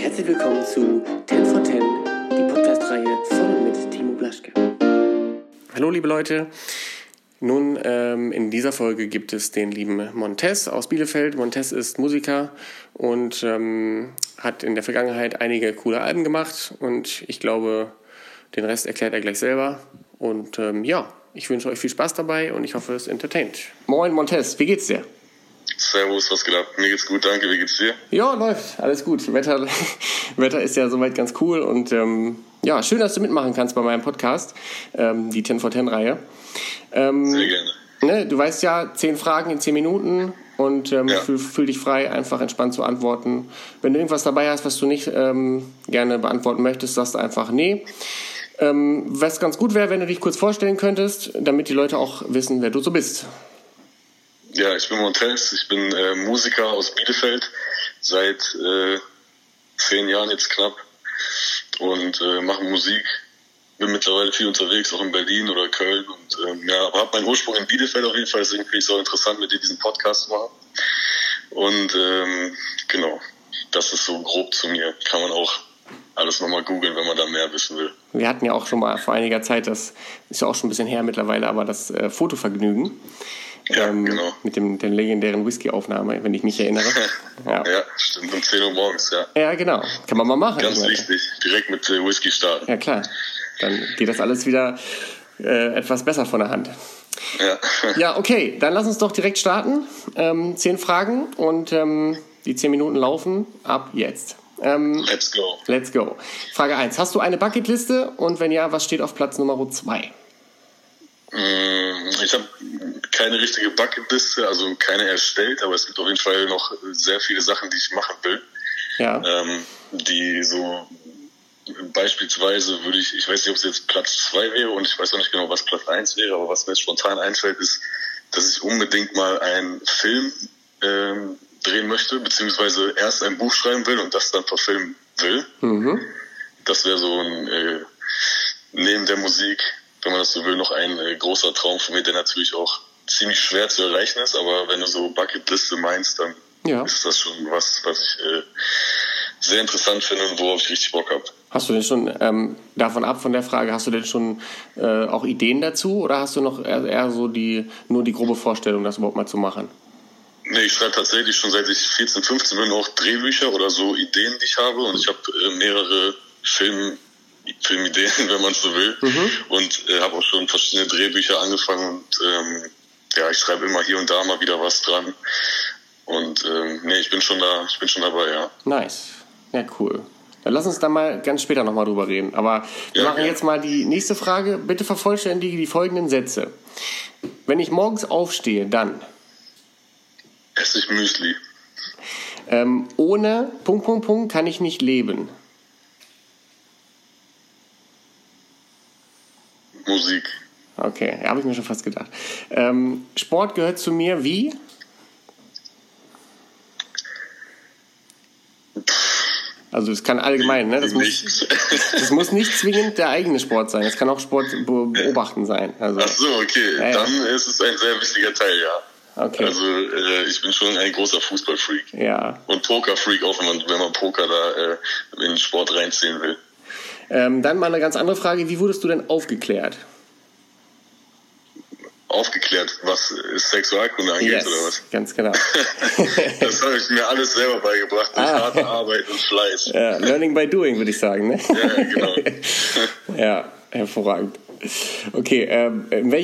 Herzlich willkommen zu 10 for 10, die Podcast-Reihe von und mit Timo Blaschke. Hallo liebe Leute, nun in dieser Folge gibt es den lieben Montez aus Bielefeld. Montez ist Musiker und hat in der Vergangenheit einige coole Alben gemacht und ich glaube, den Rest erklärt er gleich selber. Und ich wünsche euch viel Spaß dabei und ich hoffe, es entertaint. Moin Montez, wie geht's dir? Servus, was geht ab? Mir geht's gut, danke. Wie geht's dir? Ja, läuft. Alles gut. Wetter ist ja soweit ganz cool und schön, dass du mitmachen kannst bei meinem Podcast, die 10 for 10 Reihe. Sehr gerne. Ne, du weißt ja, 10 Fragen in 10 Minuten und fühl dich frei, einfach entspannt zu antworten. Wenn du irgendwas dabei hast, was du nicht gerne beantworten möchtest, sagst du einfach nee. Was ganz gut wäre, wenn du dich kurz vorstellen könntest, damit die Leute auch wissen, wer du so bist. Ja, ich bin Montez, ich bin Musiker aus Bielefeld, seit 10 Jahren jetzt knapp und mache Musik. Bin mittlerweile viel unterwegs, auch in Berlin oder Köln und habe meinen Ursprung in Bielefeld auf jeden Fall, deswegen finde ich es auch interessant, mit dir diesen Podcast zu machen. Und genau, das ist so grob zu mir. Kann man auch alles nochmal googeln, wenn man da mehr wissen will. Wir hatten ja auch schon mal vor einiger Zeit, das ist ja auch schon ein bisschen her mittlerweile, aber das Fotovergnügen. Ja, genau. Mit der legendären Whisky-Aufnahme, wenn ich mich erinnere. Ja, stimmt, um 10 Uhr morgens, ja. Ja, genau. Kann man mal machen. Ganz wichtig, direkt mit Whisky starten. Ja, klar. Dann geht das alles wieder etwas besser von der Hand. Ja. Ja, okay, dann lass uns doch direkt starten. 10 Fragen und die 10 Minuten laufen ab jetzt. Let's go. Let's go. Frage 1. Hast du eine Bucketliste? Und wenn ja, was steht auf Platz Nummer 2? Ich habe keine richtige Bucketliste, also keine erstellt, aber es gibt auf jeden Fall noch sehr viele Sachen, die ich machen will. Ja. Die so beispielsweise ich weiß nicht, ob es jetzt Platz 2 wäre und ich weiß auch nicht genau, was Platz 1 wäre, aber was mir jetzt spontan einfällt, ist, dass ich unbedingt mal einen Film drehen möchte, beziehungsweise erst ein Buch schreiben will und das dann verfilmen will. Mhm. Das wäre so ein neben der Musik, wenn man das so will, noch ein großer Traum von mir, der natürlich auch ziemlich schwer zu erreichen ist, aber wenn du so Bucketliste meinst, dann ist das schon was ich sehr interessant finde und worauf ich richtig Bock habe. Hast du denn schon, davon ab von der Frage, hast du denn schon auch Ideen dazu oder hast du noch eher so nur die grobe Vorstellung, das überhaupt mal zu machen? Nee, ich schreibe tatsächlich schon seit ich 14, 15 bin auch Drehbücher oder so Ideen, die ich habe und ich habe mehrere Filmideen, wenn man so will. Mhm. Und habe auch schon verschiedene Drehbücher angefangen und ich schreibe immer hier und da mal wieder was dran. Und ich bin schon dabei, ja. Nice. Ja, cool. Dann lass uns da mal ganz später nochmal drüber reden. Aber wir machen jetzt mal die nächste Frage. Bitte vervollständige die folgenden Sätze. Wenn ich morgens aufstehe, dann esse ich Müsli. Ohne ... kann ich nicht leben. Musik. Okay, habe ich mir schon fast gedacht. Sport gehört zu mir wie? Also es kann allgemein, ne? Das muss nicht zwingend der eigene Sport sein. Es kann auch Sport beobachten sein. Also, ach so, okay. Ja. Dann ist es ein sehr wichtiger Teil, ja. Okay. Also ich bin schon ein großer Fußballfreak. Ja. Und Pokerfreak auch, wenn man Poker da in den Sport reinziehen will. Dann mal eine ganz andere Frage. Wie wurdest du denn aufgeklärt? Aufgeklärt, was Sexualkunde angeht, oder was? Ganz genau. Das habe ich mir alles selber beigebracht, durch harte Arbeit und Fleiß. Ja, learning by doing, würde ich sagen, ne? Ja, genau. Ja, hervorragend. Okay,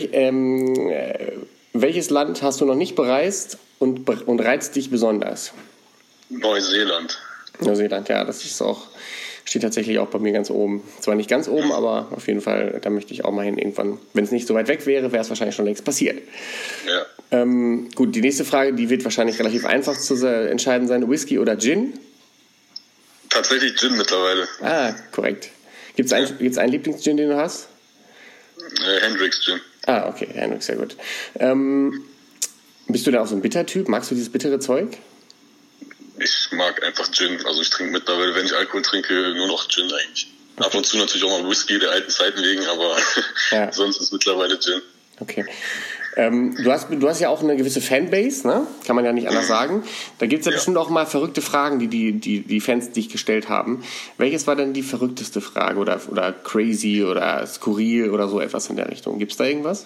welches Land hast du noch nicht bereist und reizt dich besonders? Neuseeland. Neuseeland, ja, das ist steht tatsächlich auch bei mir ganz oben. Zwar nicht ganz oben, aber auf jeden Fall, da möchte ich auch mal hin irgendwann. Wenn es nicht so weit weg wäre, wäre es wahrscheinlich schon längst passiert. Ja. Gut, die nächste Frage, die wird wahrscheinlich relativ einfach zu entscheiden sein. Whisky oder Gin? Tatsächlich Gin mittlerweile. Ah, korrekt. Gibt's einen Lieblingsgin, den du hast? Hendrix Gin. Ah, okay, Hendrix, sehr gut. Bist du da auch so ein Bittertyp? Magst du dieses bittere Zeug? Ich mag einfach Gin. Also ich trinke mittlerweile, wenn ich Alkohol trinke, nur noch Gin eigentlich. Okay. Ab und zu natürlich auch mal Whisky der alten Zeiten wegen, aber sonst ist mittlerweile Gin. Okay. Du hast ja auch eine gewisse Fanbase, ne? Kann man ja nicht anders sagen. Da gibt es ja bestimmt auch mal verrückte Fragen, die Fans dich gestellt haben. Welches war denn die verrückteste Frage oder crazy oder skurril oder so etwas in der Richtung? Gibt es da irgendwas?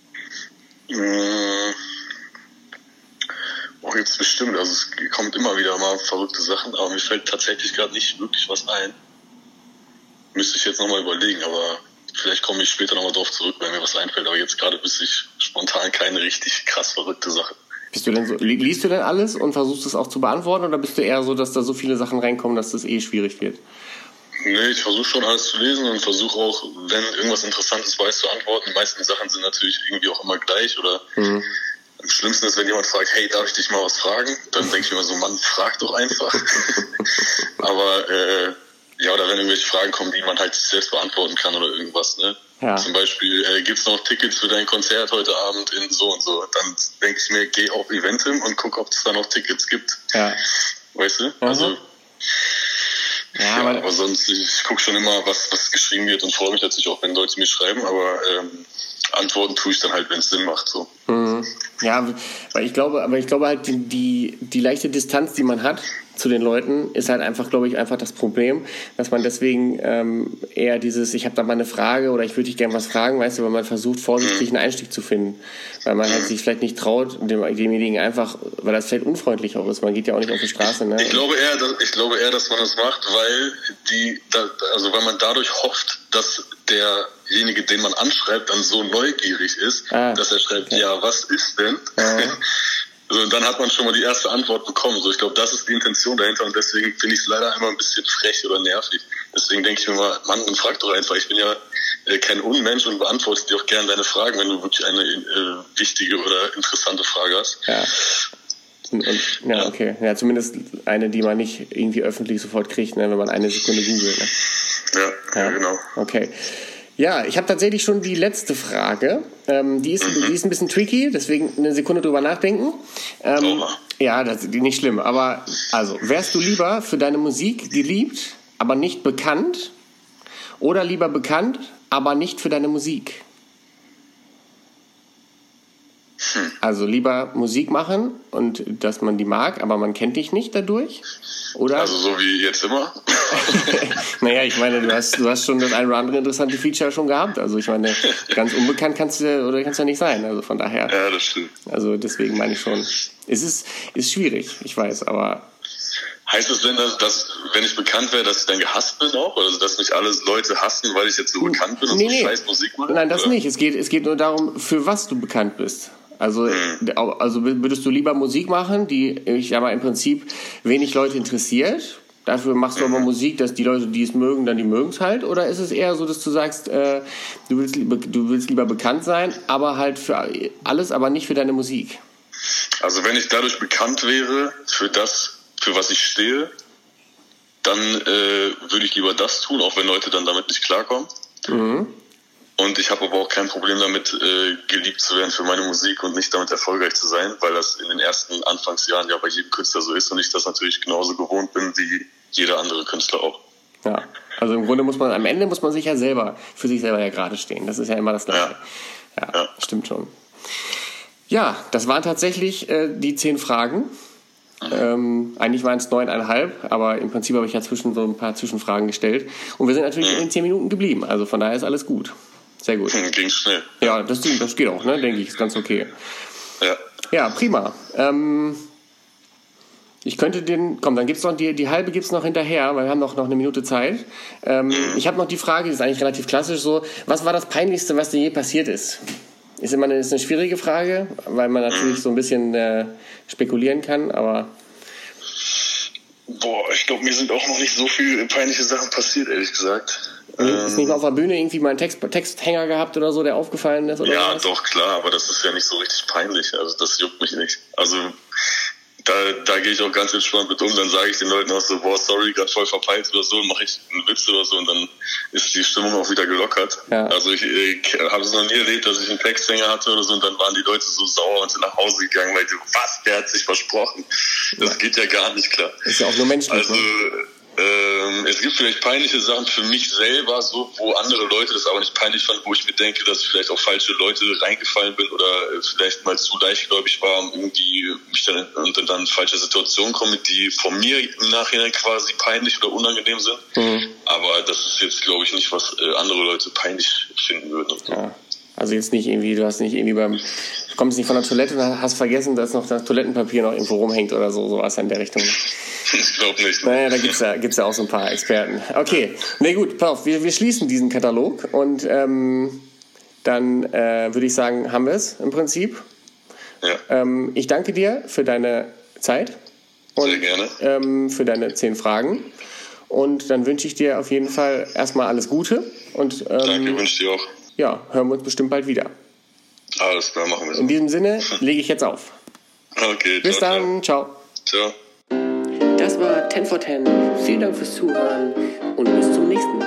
Jetzt bestimmt. Also es kommt immer wieder mal verrückte Sachen, aber mir fällt tatsächlich gerade nicht wirklich was ein. Müsste ich jetzt nochmal überlegen, aber vielleicht komme ich später nochmal drauf zurück, wenn mir was einfällt. Aber jetzt gerade wüsste ich spontan keine richtig krass verrückte Sache. Bist du denn so, liest du denn alles und versuchst es auch zu beantworten, oder bist du eher so, dass da so viele Sachen reinkommen, dass das schwierig wird? Nee, ich versuche schon alles zu lesen und versuche auch, wenn irgendwas Interessantes weiß, zu antworten. Die meisten Sachen sind natürlich irgendwie auch immer gleich oder am schlimmsten ist, wenn jemand fragt, hey, darf ich dich mal was fragen? Dann denke ich mir so, Mann, frag doch einfach. Aber oder wenn irgendwelche Fragen kommen, die man halt selbst beantworten kann oder irgendwas, ne? Ja. Zum Beispiel, gibt's noch Tickets für dein Konzert heute Abend in so und so? Dann denke ich mir, geh auf Eventim und guck, ob es da noch Tickets gibt. Ja. Weißt du? Also, aber sonst, ich gucke schon immer, was geschrieben wird und freue mich natürlich auch, wenn Leute mir schreiben, aber antworten tue ich dann halt, wenn es Sinn macht, so. Ja, weil ich glaube halt, die leichte Distanz, die man hat zu den Leuten, ist halt einfach, glaube ich, einfach das Problem, dass man deswegen eher dieses, ich habe da mal eine Frage oder ich würde dich gerne was fragen, weißt du, weil man versucht, vorsichtig einen Einstieg zu finden, weil man halt sich vielleicht nicht traut, demjenigen einfach, weil das vielleicht unfreundlich auch ist, man geht ja auch nicht auf die Straße, ne? Ich glaube eher, dass man das macht, weil weil man dadurch hofft, dass derjenige, den man anschreibt, dann so neugierig ist, dass er schreibt, ja, was ist denn? So, und dann hat man schon mal die erste Antwort bekommen. So, ich glaube, das ist die Intention dahinter und deswegen finde ich es leider immer ein bisschen frech oder nervig. Deswegen denke ich mir mal, Mann, frag doch einfach. Ich bin ja kein Unmensch und beantworte dir auch gerne deine Fragen, wenn du wirklich eine wichtige oder interessante Frage hast. Ja. Okay. Ja, zumindest eine, die man nicht irgendwie öffentlich sofort kriegt, ne, wenn man eine Sekunde googelt. Ne? Ja, genau. Okay. Ja, ich habe tatsächlich schon die letzte Frage. Die ist ein bisschen tricky, deswegen eine Sekunde drüber nachdenken. Ja, das ist nicht schlimm. Aber also, wärst du lieber für deine Musik geliebt, aber nicht bekannt? Oder lieber bekannt, aber nicht für deine Musik? Also lieber Musik machen und dass man die mag, aber man kennt dich nicht dadurch? Oder? Also so wie jetzt immer? Naja, ich meine, du hast schon das ein oder andere interessante Feature schon gehabt. Also ich meine, ganz unbekannt kannst du nicht sein. Also von daher. Ja, das stimmt. Also deswegen meine ich schon. Es ist schwierig, ich weiß, aber... Heißt es denn, dass wenn ich bekannt wäre, dass ich dann gehasst bin auch? Oder dass mich alle Leute hassen, weil ich jetzt so bekannt bin und so scheiß Musik mache? Nein, das nicht. Es geht nur darum, für was du bekannt bist. Also würdest du lieber Musik machen, die ich aber im Prinzip wenig Leute interessiert? Dafür machst du aber Musik, dass die Leute, die es mögen, dann die mögen es halt? Oder ist es eher so, dass du sagst, du willst lieber bekannt sein, aber halt für alles, aber nicht für deine Musik? Also wenn ich dadurch bekannt wäre für das, für was ich stehe, dann würde ich lieber das tun, auch wenn Leute dann damit nicht klarkommen. Und ich habe aber auch kein Problem damit, geliebt zu werden für meine Musik und nicht damit erfolgreich zu sein, weil das in den ersten Anfangsjahren ja bei jedem Künstler so ist und ich das natürlich genauso gewohnt bin wie jeder andere Künstler auch. Ja, also im Grunde am Ende muss man sich ja für sich selber ja gerade stehen. Das ist ja immer das Gleiche. Ja, stimmt schon. Ja, das waren tatsächlich die 10 Fragen. Eigentlich waren es 9,5, aber im Prinzip habe ich ja so ein paar Zwischenfragen gestellt. Und wir sind natürlich in den 10 Minuten geblieben, also von daher ist alles gut. Sehr gut. Ging schnell. Ja, das geht auch, ne? Denke ich, ist ganz okay. Ja, prima. Ich könnte dann gibt's noch die halbe gibt's noch hinterher, weil wir haben noch eine Minute Zeit. Ich habe noch die Frage, die ist eigentlich relativ klassisch so, was war das Peinlichste, was dir je passiert ist? Ist eine schwierige Frage, weil man natürlich so ein bisschen spekulieren kann, aber... Boah, ich glaube, mir sind auch noch nicht so viele peinliche Sachen passiert, ehrlich gesagt. Ist nicht mal auf der Bühne irgendwie mal ein Texthänger gehabt oder so, der aufgefallen ist? Oder ja, was? Doch, klar, aber das ist ja nicht so richtig peinlich. Also das juckt mich nicht. Also da gehe ich auch ganz entspannt mit um. Dann sage ich den Leuten auch so, boah, sorry, gerade voll verpeilt oder so, mache ich einen Witz oder so und dann ist die Stimmung auch wieder gelockert. Ja. Also ich habe es noch nie erlebt, dass ich einen Texthänger hatte oder so und dann waren die Leute so sauer und sind nach Hause gegangen, weil die, was, der hat sich versprochen. Das geht ja gar nicht klar. Ist ja auch nur menschlich. Also, Es gibt vielleicht peinliche Sachen für mich selber, so, wo andere Leute das aber nicht peinlich fanden, wo ich mir denke, dass ich vielleicht auf falsche Leute reingefallen bin oder vielleicht mal zu leichtgläubig war, um irgendwie mich dann in falsche Situationen komme, die von mir im Nachhinein quasi peinlich oder unangenehm sind. Aber das ist jetzt, glaube ich, nicht, was andere Leute peinlich finden würden. Und so. Ja. Also jetzt nicht irgendwie, du kommst nicht von der Toilette und hast vergessen, dass noch das Toilettenpapier noch irgendwo rumhängt oder so, sowas in der Richtung. Ich glaube nicht. Naja, da gibt's ja auch so ein paar Experten. Okay, na gut, pass auf, wir schließen diesen Katalog und dann würde ich sagen, haben wir es im Prinzip. Ja. Ich danke dir für deine Zeit und sehr gerne. Für deine 10 Fragen. Und dann wünsche ich dir auf jeden Fall erstmal alles Gute. Und, danke, wünsche ich dir auch. Ja, hören wir uns bestimmt bald wieder. Alles klar, machen wir so. In diesem Sinne lege ich jetzt auf. Okay, bis dann, ciao. Ciao. Das war 10 for 10. Vielen Dank fürs Zuhören und bis zum nächsten Mal.